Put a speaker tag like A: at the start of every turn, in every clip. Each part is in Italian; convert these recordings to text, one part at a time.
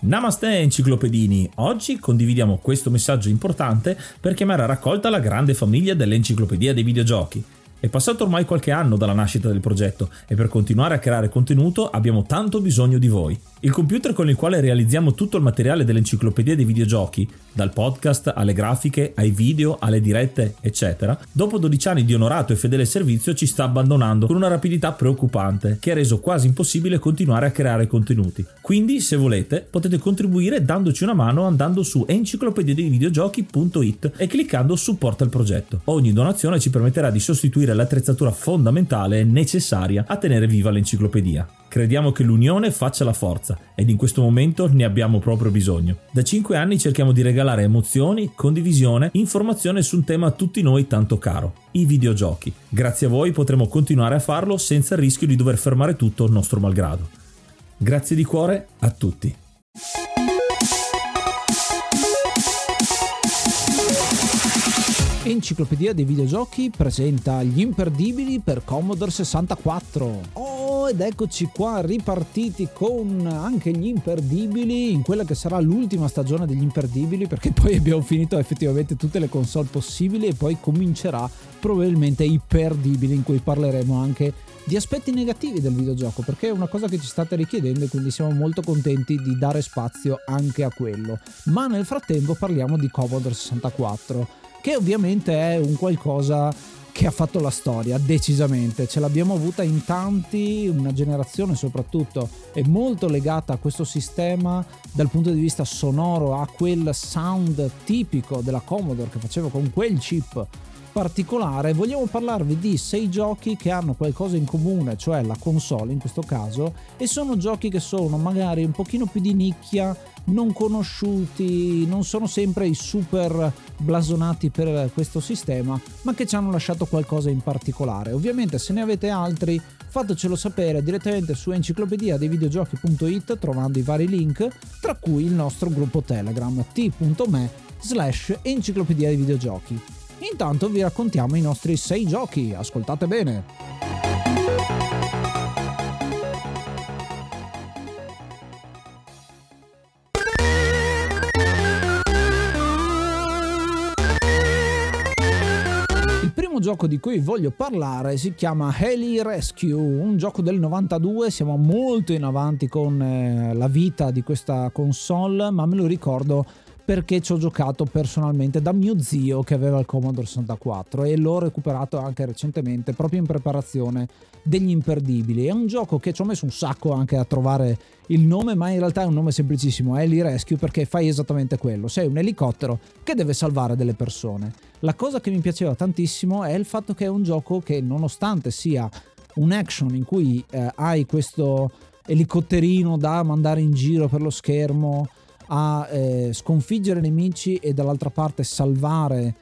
A: Namaste enciclopedini, oggi condividiamo questo messaggio importante per chiamare a raccolta la grande famiglia dell'Enciclopedia dei Videogiochi. È passato ormai qualche anno dalla nascita del progetto e per continuare a creare contenuto abbiamo tanto bisogno di voi. Il computer con il quale realizziamo tutto il materiale dell'Enciclopedia dei Videogiochi, dal podcast alle grafiche, ai video, alle dirette, eccetera, dopo 12 anni di onorato e fedele servizio ci sta abbandonando con una rapidità preoccupante che ha reso quasi impossibile continuare a creare contenuti. Quindi, se volete, potete contribuire dandoci una mano andando su enciclopediadeivideogiochi.it e cliccando supporta il progetto. Ogni donazione ci permetterà di sostituire l'attrezzatura fondamentale e necessaria a tenere viva l'enciclopedia. Crediamo che l'unione faccia la forza ed in questo momento ne abbiamo proprio bisogno. Da 5 anni cerchiamo di regalare emozioni, condivisione, informazione su un tema a tutti noi tanto caro, i videogiochi. Grazie a voi potremo continuare a farlo senza il rischio di dover fermare tutto nostro malgrado. Grazie di cuore a tutti.
B: Enciclopedia dei Videogiochi presenta gli imperdibili per Commodore 64. Ed eccoci qua ripartiti con anche gli imperdibili in quella che sarà l'ultima stagione degli imperdibili, perché poi abbiamo finito effettivamente tutte le console possibili e poi comincerà probabilmente i perdibili, in cui parleremo anche di aspetti negativi del videogioco, perché è una cosa che ci state richiedendo e quindi siamo molto contenti di dare spazio anche a quello. Ma nel frattempo parliamo di Commodore 64, che ovviamente è un qualcosa che ha fatto la storia, decisamente. Ce l'abbiamo avuta in tanti, una generazione soprattutto è molto legata a questo sistema dal punto di vista sonoro, a quel sound tipico della Commodore che faceva con quel chip particolare. Vogliamo parlarvi di 6 giochi che hanno qualcosa in comune, cioè la console in questo caso, e sono giochi che sono magari un pochino più di nicchia, non conosciuti, non sono sempre i super blasonati per questo sistema, ma che ci hanno lasciato qualcosa in particolare. Ovviamente se ne avete altri fatecelo sapere direttamente su enciclopedia-dei-videogiochi.it trovando i vari link, tra cui il nostro gruppo Telegram t.me/enciclopedia dei videogiochi. Intanto vi raccontiamo i nostri 6 giochi, ascoltate bene! Il primo gioco di cui voglio parlare si chiama Heli Rescue, un gioco del 92, siamo molto in avanti con la vita di questa console, ma me lo ricordo perché ci ho giocato personalmente da mio zio che aveva il Commodore 64 e l'ho recuperato anche recentemente proprio in preparazione degli imperdibili. È un gioco che ci ho messo un sacco anche a trovare il nome, ma in realtà è un nome semplicissimo, Heli Rescue, perché fai esattamente quello, sei un elicottero che deve salvare delle persone. La cosa che mi piaceva tantissimo è il fatto che è un gioco che, nonostante sia un action in cui hai questo elicotterino da mandare in giro per lo schermo a sconfiggere nemici e dall'altra parte salvare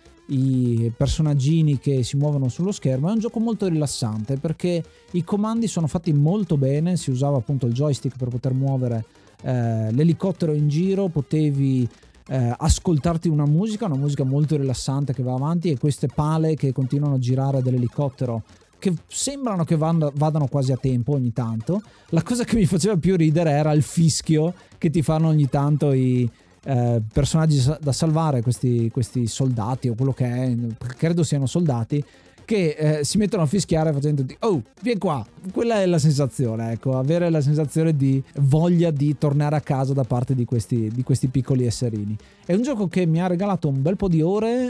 B: i personaggini che si muovono sullo schermo, è un gioco molto rilassante perché i comandi sono fatti molto bene, si usava appunto il joystick per poter muovere l'elicottero in giro, potevi ascoltarti una musica molto rilassante che va avanti e queste pale che continuano a girare dell'elicottero che sembrano che vadano quasi a tempo ogni tanto. La cosa che mi faceva più ridere era il fischio che ti fanno ogni tanto i personaggi da salvare, questi soldati o quello che è, credo siano soldati, che si mettono a fischiare facendo oh, vieni qua. Quella è la sensazione, ecco, avere la sensazione di voglia di tornare a casa da parte di questi piccoli esserini. È un gioco che mi ha regalato un bel po' di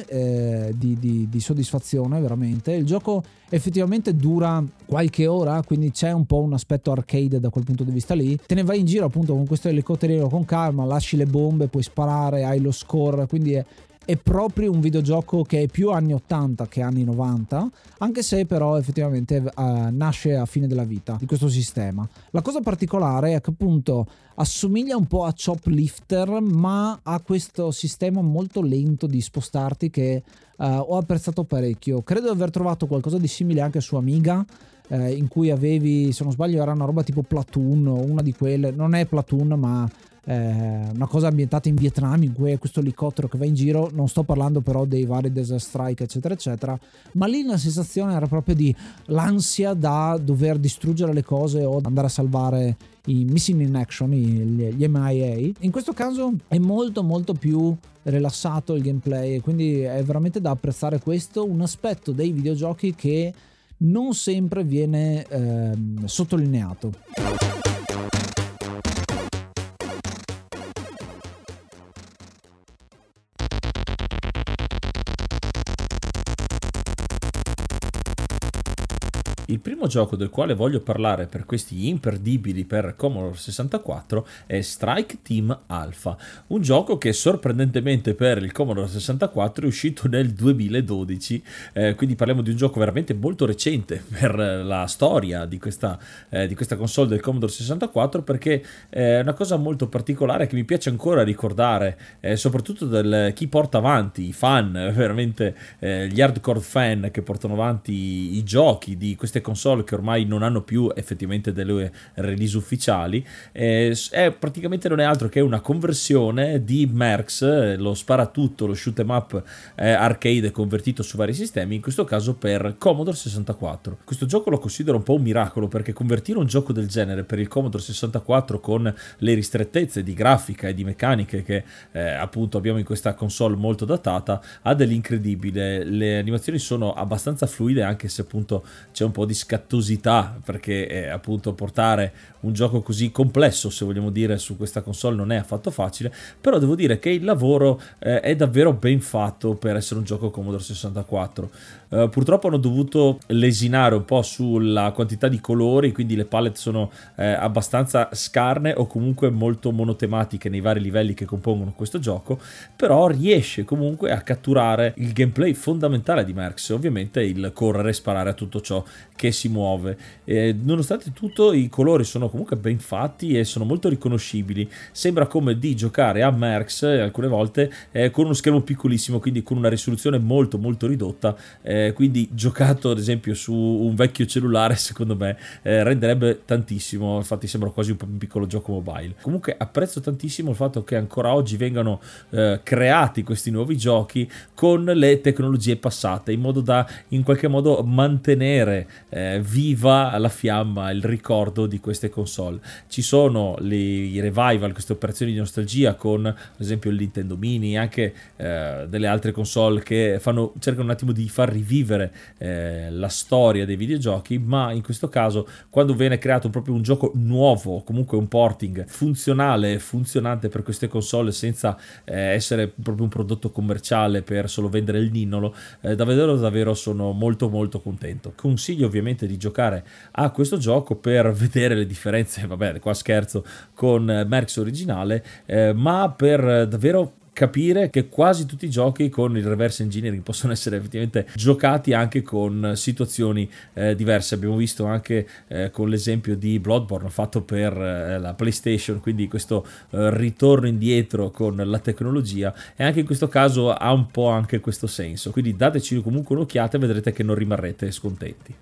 B: ore di soddisfazione, veramente. Il gioco effettivamente dura qualche ora, quindi c'è un po' un aspetto arcade da quel punto di vista lì. Te ne vai in giro appunto con questo elicotterino con calma, lasci le bombe, puoi sparare, hai lo score, quindi è proprio un videogioco che è più anni 80 che anni 90, anche se però effettivamente nasce a fine della vita di questo sistema. La cosa particolare è che appunto assomiglia un po' a Choplifter, ma ha questo sistema molto lento di spostarti che ho apprezzato parecchio. Credo di aver trovato qualcosa di simile anche su Amiga, in cui avevi, se non sbaglio era una roba tipo Platoon o una di quelle, non è Platoon ma una cosa ambientata in Vietnam in cui è questo elicottero che va in giro. Non sto parlando però dei vari Desert Strike eccetera eccetera, ma lì la sensazione era proprio di l'ansia da dover distruggere le cose o andare a salvare i missing in action, gli MIA. In questo caso è molto molto più rilassato il gameplay e quindi è veramente da apprezzare questo, un aspetto dei videogiochi che non sempre viene sottolineato.
A: Il primo gioco del quale voglio parlare per questi imperdibili per Commodore 64 è Strike Team Alpha, un gioco che sorprendentemente per il Commodore 64 è uscito nel 2012, quindi parliamo di un gioco veramente molto recente per la storia di questa console del Commodore 64, perché è una cosa molto particolare che mi piace ancora ricordare, soprattutto chi porta avanti, i fan, veramente gli hardcore fan che portano avanti i giochi di queste console che ormai non hanno più effettivamente delle release ufficiali. Praticamente non è altro che una conversione di Mercs, lo sparatutto, lo shoot 'em up arcade convertito su vari sistemi, in questo caso per Commodore 64. Questo gioco lo considero un po' un miracolo, perché convertire un gioco del genere per il Commodore 64 con le ristrettezze di grafica e di meccaniche che appunto abbiamo in questa console molto datata ha dell'incredibile. Le animazioni sono abbastanza fluide, anche se appunto c'è un po' di scattosità, perché appunto portare un gioco così complesso, se vogliamo dire, su questa console non è affatto facile, però devo dire che il lavoro è davvero ben fatto per essere un gioco Commodore 64. Purtroppo hanno dovuto lesinare un po' sulla quantità di colori, quindi le palette sono abbastanza scarne o comunque molto monotematiche nei vari livelli che compongono questo gioco, però riesce comunque a catturare il gameplay fondamentale di Mercs, ovviamente il correre e sparare a tutto ciò che si muove. Nonostante tutto i colori sono comunque ben fatti e sono molto riconoscibili, sembra come di giocare a Mercs alcune volte con uno schermo piccolissimo, quindi con una risoluzione molto molto ridotta, quindi giocato ad esempio su un vecchio cellulare secondo me renderebbe tantissimo, infatti sembra quasi un piccolo gioco mobile. Comunque apprezzo tantissimo il fatto che ancora oggi vengano creati questi nuovi giochi con le tecnologie passate, in modo da in qualche modo mantenere viva la fiamma, il ricordo di queste console. Ci sono i revival, queste operazioni di nostalgia con ad esempio il Nintendo Mini, anche delle altre console che cercano un attimo di far rivivere la storia dei videogiochi, ma in questo caso quando viene creato proprio un gioco nuovo, comunque un porting funzionale e funzionante per queste console senza essere proprio un prodotto commerciale per solo vendere il ninnolo, davvero sono molto molto contento. Consiglio ovviamente di giocare a questo gioco per vedere le differenze, vabbè qua scherzo, con Mercs originale, ma per davvero capire che quasi tutti i giochi con il reverse engineering possono essere effettivamente giocati anche con situazioni diverse. Abbiamo visto anche con l'esempio di Bloodborne fatto per la PlayStation, quindi questo ritorno indietro con la tecnologia, e anche in questo caso ha un po' anche questo senso, quindi dateci comunque un'occhiata e vedrete che non rimarrete scontenti.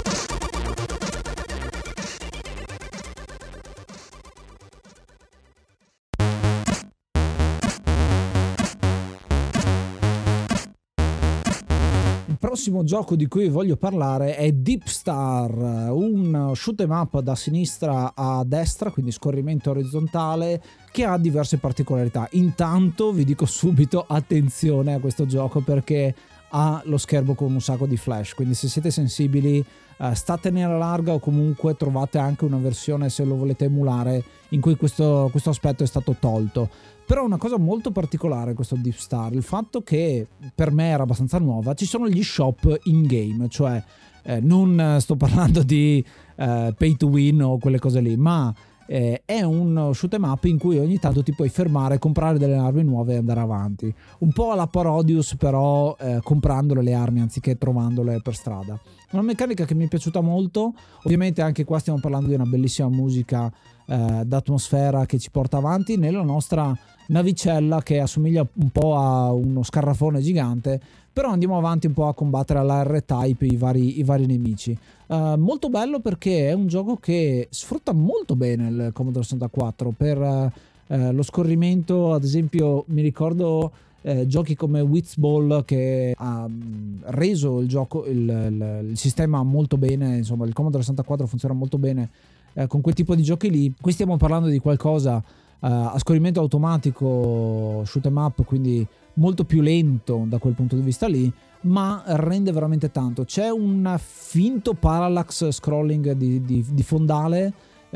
B: Il prossimo gioco di cui voglio parlare è Deep Star, un shoot 'em up da sinistra a destra, quindi scorrimento orizzontale, che ha diverse particolarità. Intanto vi dico subito attenzione a questo gioco perché ha lo schermo con un sacco di flash, quindi se siete sensibili statene alla larga, o comunque trovate anche una versione, se lo volete emulare, in cui questo aspetto è stato tolto. Però una cosa molto particolare questo Deep Star, il fatto che per me era abbastanza nuova, ci sono gli shop in game, cioè non sto parlando di pay to win o quelle cose lì, ma è un shoot 'em up in cui ogni tanto ti puoi fermare, comprare delle armi nuove e andare avanti, un po' alla Parodius, però comprandole le armi anziché trovandole per strada. Una meccanica che mi è piaciuta molto. Ovviamente anche qua stiamo parlando di una bellissima musica d'atmosfera che ci porta avanti nella nostra navicella, che assomiglia un po' a uno scarrafone gigante, però andiamo avanti un po' a combattere alla R-Type i vari nemici. Molto bello perché è un gioco che sfrutta molto bene il Commodore 64 per lo scorrimento, ad esempio mi ricordo giochi come Witzball che ha reso il gioco, il sistema molto bene, insomma il Commodore 64 funziona molto bene con quel tipo di giochi lì. Qui stiamo parlando di qualcosa a scorrimento automatico, shoot 'em up, quindi molto più lento da quel punto di vista lì, ma rende veramente tanto. C'è un finto parallax scrolling di fondale.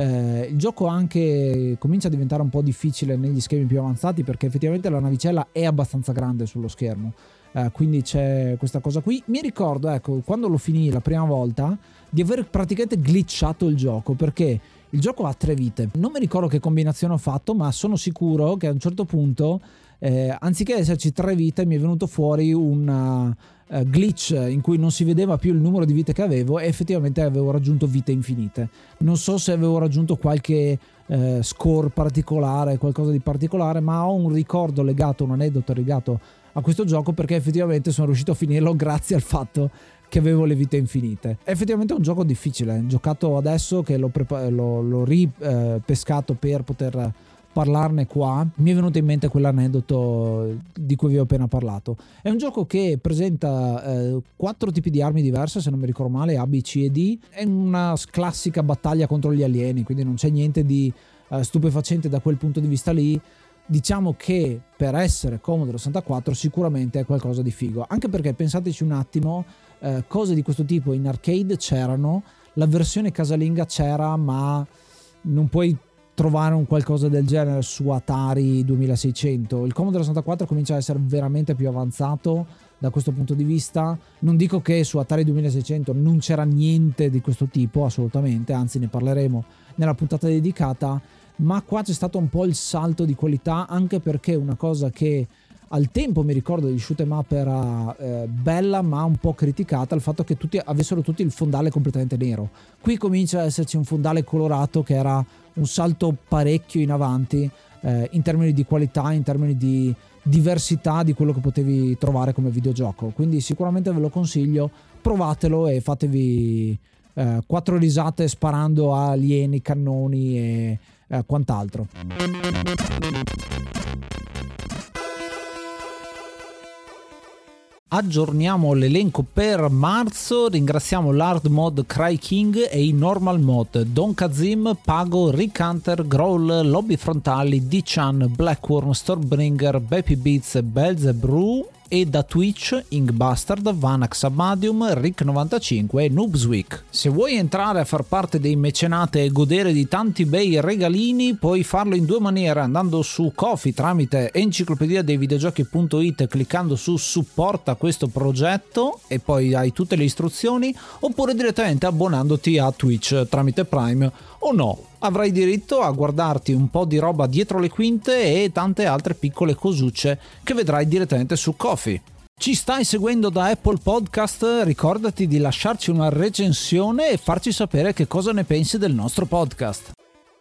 B: Il gioco anche comincia a diventare un po' difficile negli schemi più avanzati, perché effettivamente la navicella è abbastanza grande sullo schermo, quindi c'è questa cosa qui. Mi ricordo, ecco, quando lo finì la prima volta, di aver praticamente glitchato il gioco, perché il gioco ha 3 vite. Non mi ricordo che combinazione ho fatto, ma sono sicuro che a un certo punto anziché esserci 3 vite mi è venuto fuori un glitch in cui non si vedeva più il numero di vite che avevo e effettivamente avevo raggiunto vite infinite. Non so se avevo raggiunto qualche score particolare, qualcosa di particolare, ma ho un ricordo legato, un aneddoto legato a questo gioco, perché effettivamente sono riuscito a finirlo grazie al fatto che avevo le vite infinite. È effettivamente un gioco difficile, giocato adesso che l'ho ripescato per poter parlarne qua, mi è venuto in mente quell'aneddoto di cui vi ho appena parlato. È un gioco che presenta 4 tipi di armi diverse, se non mi ricordo male, A, B, C e D. È una classica battaglia contro gli alieni, quindi non c'è niente di stupefacente da quel punto di vista lì. Diciamo che per essere Commodore 64 sicuramente è qualcosa di figo, anche perché pensateci un attimo, cose di questo tipo in arcade c'erano, la versione casalinga c'era, ma non puoi trovare un qualcosa del genere su Atari 2600. Il Commodore 64 comincia a essere veramente più avanzato da questo punto di vista. Non dico che su Atari 2600 non c'era niente di questo tipo, assolutamente, anzi ne parleremo nella puntata dedicata, ma qua c'è stato un po' il salto di qualità, anche perché una cosa che al tempo mi ricordo di shoot 'em up era bella ma un po' criticata, il fatto che avessero tutti il fondale completamente nero. Qui comincia ad esserci un fondale colorato che era un salto parecchio in avanti in termini di qualità, in termini di diversità di quello che potevi trovare come videogioco, quindi sicuramente ve lo consiglio, provatelo e fatevi 4 risate sparando a alieni, cannoni e quant'altro. Aggiorniamo l'elenco per marzo, ringraziamo l'hard mod Cry King e i normal mod Don Kazim, Pago, Rick Hunter, Growl, Lobby Frontali, D-Chan, Blackworm, Stormbringer, Baby Beats, Belzebrew e da Twitch Ink Bastard, Vanax Abadium, Rick95 e Noobsweek. Se vuoi entrare a far parte dei mecenate e godere di tanti bei regalini, puoi farlo in 2 maniere: andando su Ko-fi tramite enciclopedia dei videogiochi.it, cliccando su supporta questo progetto e poi hai tutte le istruzioni, oppure direttamente abbonandoti a Twitch tramite Prime o no. Avrai diritto a guardarti un po' di roba dietro le quinte e tante altre piccole cosucce che vedrai direttamente su Ko-fi. Ci stai seguendo da Apple Podcast? Ricordati di lasciarci una recensione e farci sapere che cosa ne pensi del nostro podcast.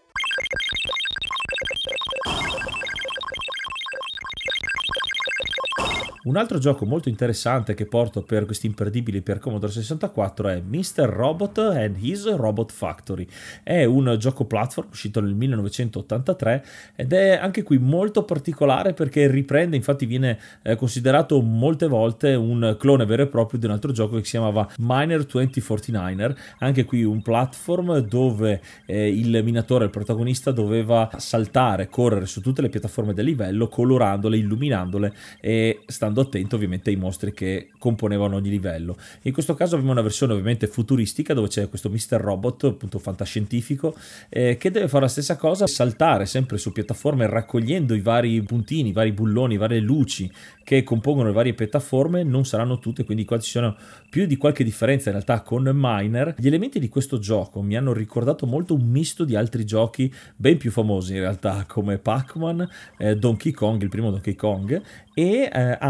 A: Un altro gioco molto interessante che porto per questi imperdibili per Commodore 64 è Mr. Robot and His Robot Factory. È un gioco platform uscito nel 1983 ed è anche qui molto particolare perché riprende, infatti viene considerato molte volte un clone vero e proprio di un altro gioco che si chiamava Miner 2049er, anche qui un platform dove il minatore, il protagonista, doveva saltare, correre su tutte le piattaforme del livello, colorandole, illuminandole e stando attento ovviamente ai mostri che componevano ogni livello. In questo caso abbiamo una versione ovviamente futuristica dove c'è questo Mr. Robot, appunto fantascientifico, che deve fare la stessa cosa, saltare sempre su piattaforme raccogliendo i vari puntini, i vari bulloni, varie luci che compongono le varie piattaforme. Non saranno tutte, quindi qua ci sono più di qualche differenza in realtà con Miner. Gli elementi di questo gioco mi hanno ricordato molto un misto di altri giochi ben più famosi in realtà, come Pac-Man, Donkey Kong, il primo Donkey Kong, e anche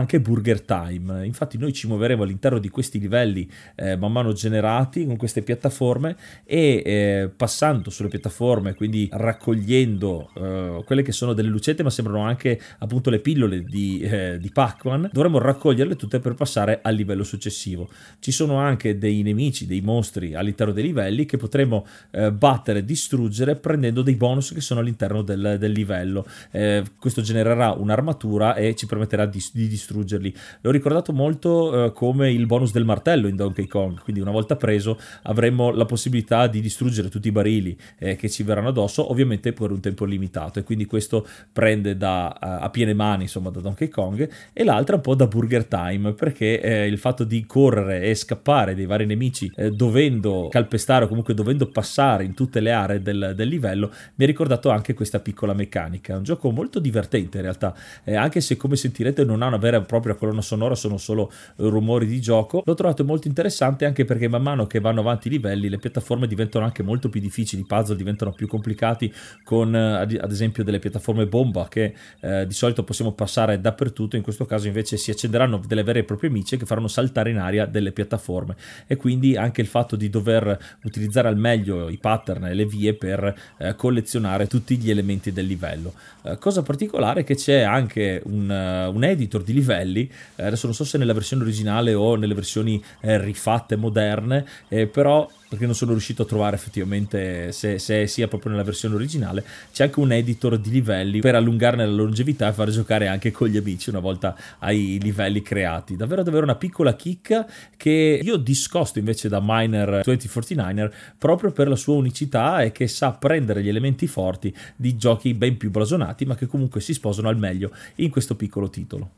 A: anche Burger Time. Infatti noi ci muoveremo all'interno di questi livelli man mano generati con queste piattaforme e passando sulle piattaforme, quindi raccogliendo quelle che sono delle lucette ma sembrano anche appunto le pillole di Pac-Man, dovremo raccoglierle tutte per passare al livello successivo. Ci sono anche dei nemici, dei mostri all'interno dei livelli che potremo battere, distruggere prendendo dei bonus che sono all'interno del livello. Questo genererà un'armatura e ci permetterà di distruggerli. L'ho ricordato molto come il bonus del martello in Donkey Kong, quindi una volta preso avremo la possibilità di distruggere tutti i barili che ci verranno addosso, ovviamente per un tempo limitato, e quindi questo prende a piene mani insomma da Donkey Kong, e l'altra un po' da Burger Time, perché il fatto di correre e scappare dei vari nemici dovendo calpestare o comunque dovendo passare in tutte le aree del livello mi ha ricordato anche questa piccola meccanica. È un gioco molto divertente in realtà, anche se come sentirete non ha una vera e propria colonna sonora, sono solo rumori di gioco. L'ho trovato molto interessante anche perché man mano che vanno avanti i livelli le piattaforme diventano anche molto più difficili, i puzzle diventano più complicati, con ad esempio delle piattaforme bomba che di solito possiamo passare dappertutto, in questo caso invece si accenderanno delle vere e proprie micce che faranno saltare in aria delle piattaforme, e quindi anche il fatto di dover utilizzare al meglio i pattern e le vie per collezionare tutti gli elementi del livello. Cosa particolare è che c'è anche un editor di livelli, adesso non so se nella versione originale o nelle versioni rifatte moderne, però perché non sono riuscito a trovare effettivamente se sia proprio nella versione originale, c'è anche un editor di livelli per allungarne la longevità e far giocare anche con gli amici una volta ai livelli creati. Davvero una piccola chicca che io discosto invece da Miner 2049er proprio per la sua unicità e che sa prendere gli elementi forti di giochi ben più blasonati ma che comunque si sposano al meglio in questo piccolo titolo.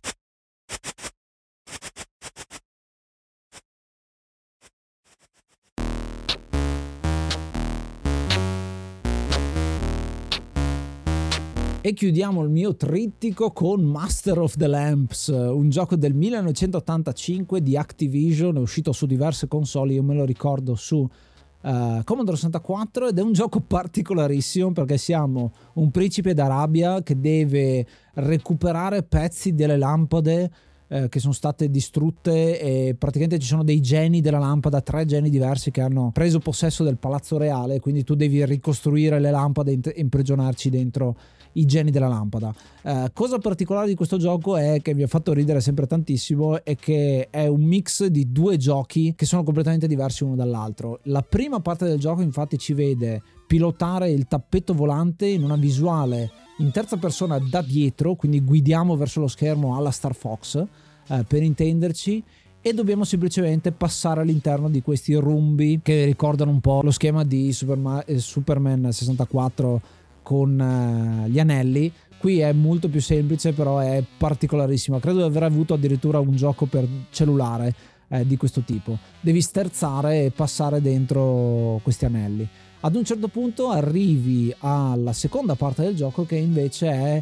B: E chiudiamo il mio trittico con Master of the Lamps, un gioco del 1985 di Activision, è uscito su diverse console, io me lo ricordo su Commodore 64, ed è un gioco particolarissimo perché siamo un principe d'Arabia che deve recuperare pezzi delle lampade che sono state distrutte, e praticamente ci sono dei geni della lampada, 3 geni diversi che hanno preso possesso del palazzo reale, quindi tu devi ricostruire le lampade e imprigionarci dentro i geni della lampada. Cosa particolare di questo gioco è che mi ha fatto ridere sempre tantissimo è che è un mix di 2 giochi che sono completamente diversi uno dall'altro. La prima parte del gioco infatti ci vede pilotare il tappeto volante in una visuale in terza persona da dietro, quindi guidiamo verso lo schermo alla Star Fox per intenderci, e dobbiamo semplicemente passare all'interno di questi rombi che ricordano un po' lo schema di Superman 64 con gli anelli. Qui è molto più semplice, però è particolarissimo. Credo di aver avuto addirittura un gioco per cellulare di questo tipo. Devi sterzare e passare dentro questi anelli. Ad un certo punto arrivi alla seconda parte del gioco, che invece è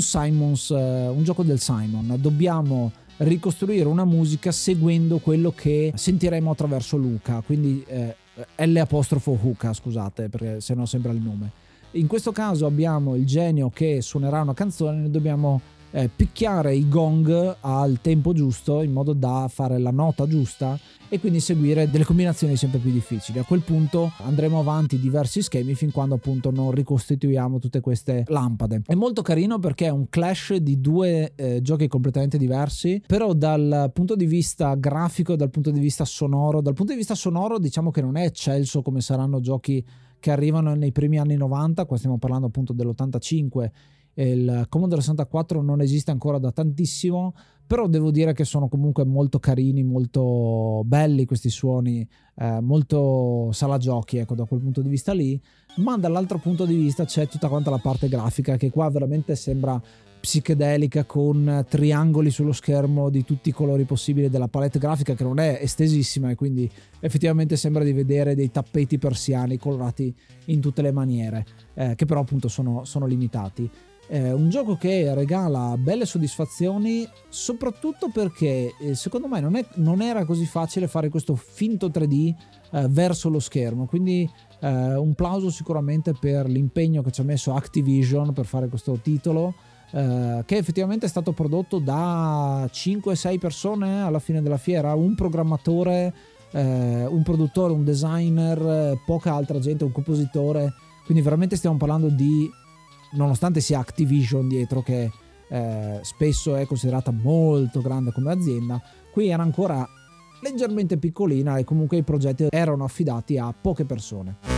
B: un gioco del Simon. Dobbiamo ricostruire una musica seguendo quello che sentiremo attraverso Luca, quindi L''Huca, scusate, perché se no sembra il nome. In questo caso abbiamo il genio che suonerà una canzone, noi dobbiamo picchiare i gong al tempo giusto in modo da fare la nota giusta e quindi seguire delle combinazioni sempre più difficili. A quel punto andremo avanti diversi schemi fin quando appunto non ricostituiamo tutte queste lampade. È molto carino perché è un clash di 2 giochi completamente diversi, però dal punto di vista grafico, dal punto di vista sonoro diciamo che non è eccelso come saranno giochi che arrivano nei primi anni 90, qua stiamo parlando appunto dell'85, il Commodore 64 non esiste ancora da tantissimo, però devo dire che sono comunque molto carini, molto belli questi suoni, molto sala giochi, ecco, da quel punto di vista lì. Ma dall'altro punto di vista c'è tutta quanta la parte grafica che qua veramente sembra psichedelica, con triangoli sullo schermo di tutti i colori possibili della palette grafica, che non è estesissima, e quindi effettivamente sembra di vedere dei tappeti persiani colorati in tutte le maniere, che però appunto sono limitati. Un gioco che regala belle soddisfazioni, soprattutto perché secondo me non era così facile fare questo finto 3D verso lo schermo, quindi un plauso sicuramente per l'impegno che ci ha messo Activision per fare questo titolo, che effettivamente è stato prodotto da 5-6 persone alla fine della fiera, un programmatore, un produttore, un designer, poca altra gente, un compositore, quindi veramente stiamo parlando di, nonostante sia Activision dietro che spesso è considerata molto grande come azienda, qui era ancora leggermente piccolina e comunque i progetti erano affidati a poche persone.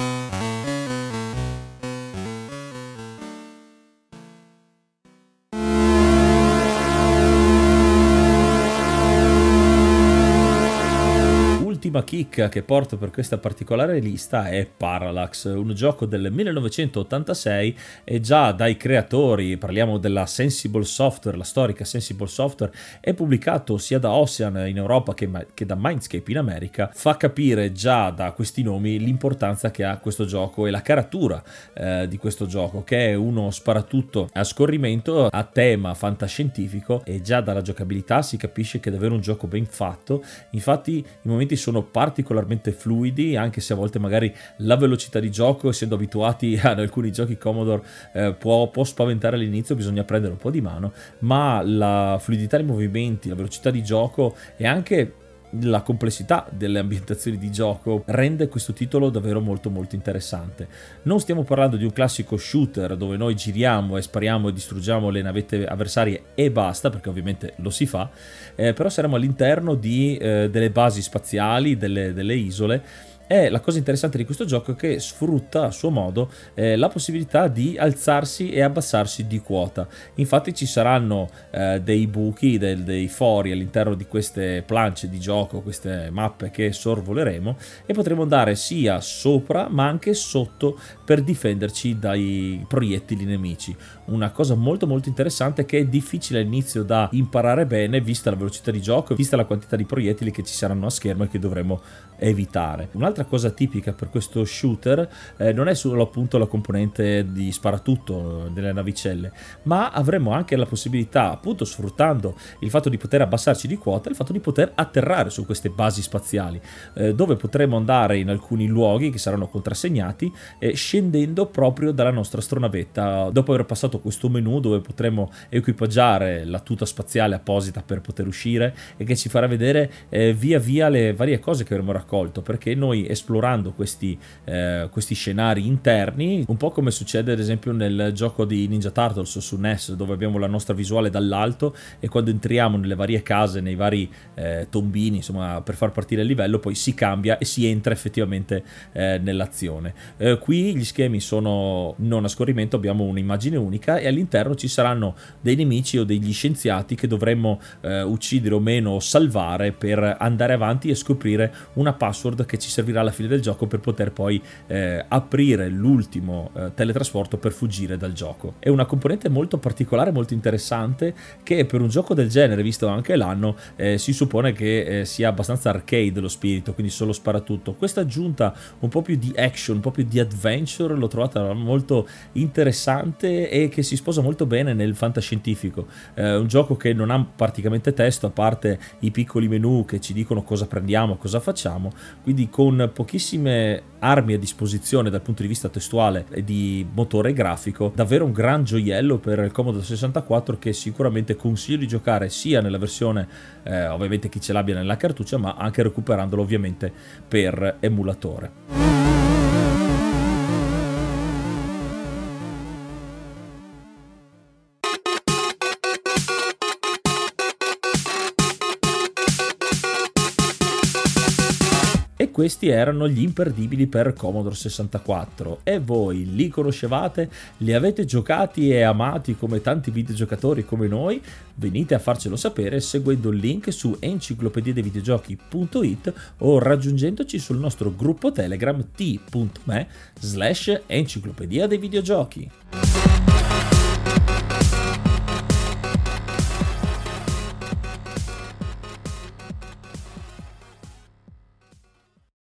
A: L'ultima chicca che porto per questa particolare lista è Parallax, un gioco del 1986 e già dai creatori, parliamo della Sensible Software, la storica Sensible Software, è pubblicato sia da Ocean in Europa che da Mindscape in America, fa capire già da questi nomi l'importanza che ha questo gioco e la caratura di questo gioco, che è uno sparatutto a scorrimento a tema fantascientifico, e già dalla giocabilità si capisce che è davvero un gioco ben fatto. Infatti i momenti sono particolarmente fluidi, anche se a volte magari la velocità di gioco, essendo abituati ad alcuni giochi Commodore, può spaventare all'inizio, bisogna prendere un po' di mano, ma la fluidità dei movimenti, la velocità di gioco e anche la complessità delle ambientazioni di gioco rende questo titolo davvero molto molto interessante. Non stiamo parlando di un classico shooter dove noi giriamo e spariamo e distruggiamo le navette avversarie e basta, perché ovviamente lo si fa, però saremo all'interno di delle basi spaziali, delle isole. E la cosa interessante di questo gioco è che sfrutta a suo modo la possibilità di alzarsi e abbassarsi di quota. Infatti ci saranno dei buchi, dei fori all'interno di queste planche di gioco, queste mappe che sorvoleremo, e potremo andare sia sopra ma anche sotto per difenderci dai proiettili nemici. Una cosa molto molto interessante che è difficile all'inizio da imparare bene, vista la velocità di gioco e vista la quantità di proiettili che ci saranno a schermo e che dovremo evitare. Un'altra cosa tipica per questo shooter non è solo appunto la componente di sparatutto delle navicelle, ma avremo anche la possibilità, appunto sfruttando il fatto di poter abbassarci di quota, il fatto di poter atterrare su queste basi spaziali, dove potremo andare in alcuni luoghi che saranno contrassegnati, scendendo proprio dalla nostra astronavetta, dopo aver passato questo menu dove potremo equipaggiare la tuta spaziale apposita per poter uscire e che ci farà vedere via via le varie cose che avremo raccolto, perché noi esplorando questi scenari interni, un po' come succede ad esempio nel gioco di Ninja Turtles su NES, dove abbiamo la nostra visuale dall'alto e quando entriamo nelle varie case, nei vari tombini, insomma, per far partire il livello, poi si cambia e si entra effettivamente nell'azione. Qui gli schemi sono non a scorrimento, abbiamo un'immagine unica e all'interno ci saranno dei nemici o degli scienziati che dovremmo uccidere o meno o salvare per andare avanti e scoprire una password che ci servirà alla fine del gioco per poter poi aprire l'ultimo teletrasporto per fuggire dal gioco. È una componente molto particolare, molto interessante, che per un gioco del genere, visto anche l'anno, si suppone che sia abbastanza arcade lo spirito, quindi solo sparatutto. Questa aggiunta un po' più di action, un po' più di adventure l'ho trovata molto interessante e che si sposa molto bene nel fantascientifico. Un gioco che non ha praticamente testo, a parte i piccoli menu che ci dicono cosa prendiamo, cosa facciamo, quindi con pochissime armi a disposizione dal punto di vista testuale e di motore grafico, davvero un gran gioiello per il Commodore 64 che sicuramente consiglio di giocare sia nella versione ovviamente chi ce l'abbia nella cartuccia, ma anche recuperandolo ovviamente per emulatore. E questi erano gli imperdibili per Commodore 64. E voi li conoscevate? Li avete giocati e amati come tanti videogiocatori come noi? Venite a farcelo sapere seguendo il link su enciclopediadeivideogiochi.it o raggiungendoci sul nostro gruppo Telegram t.me/enciclopedia dei videogiochi.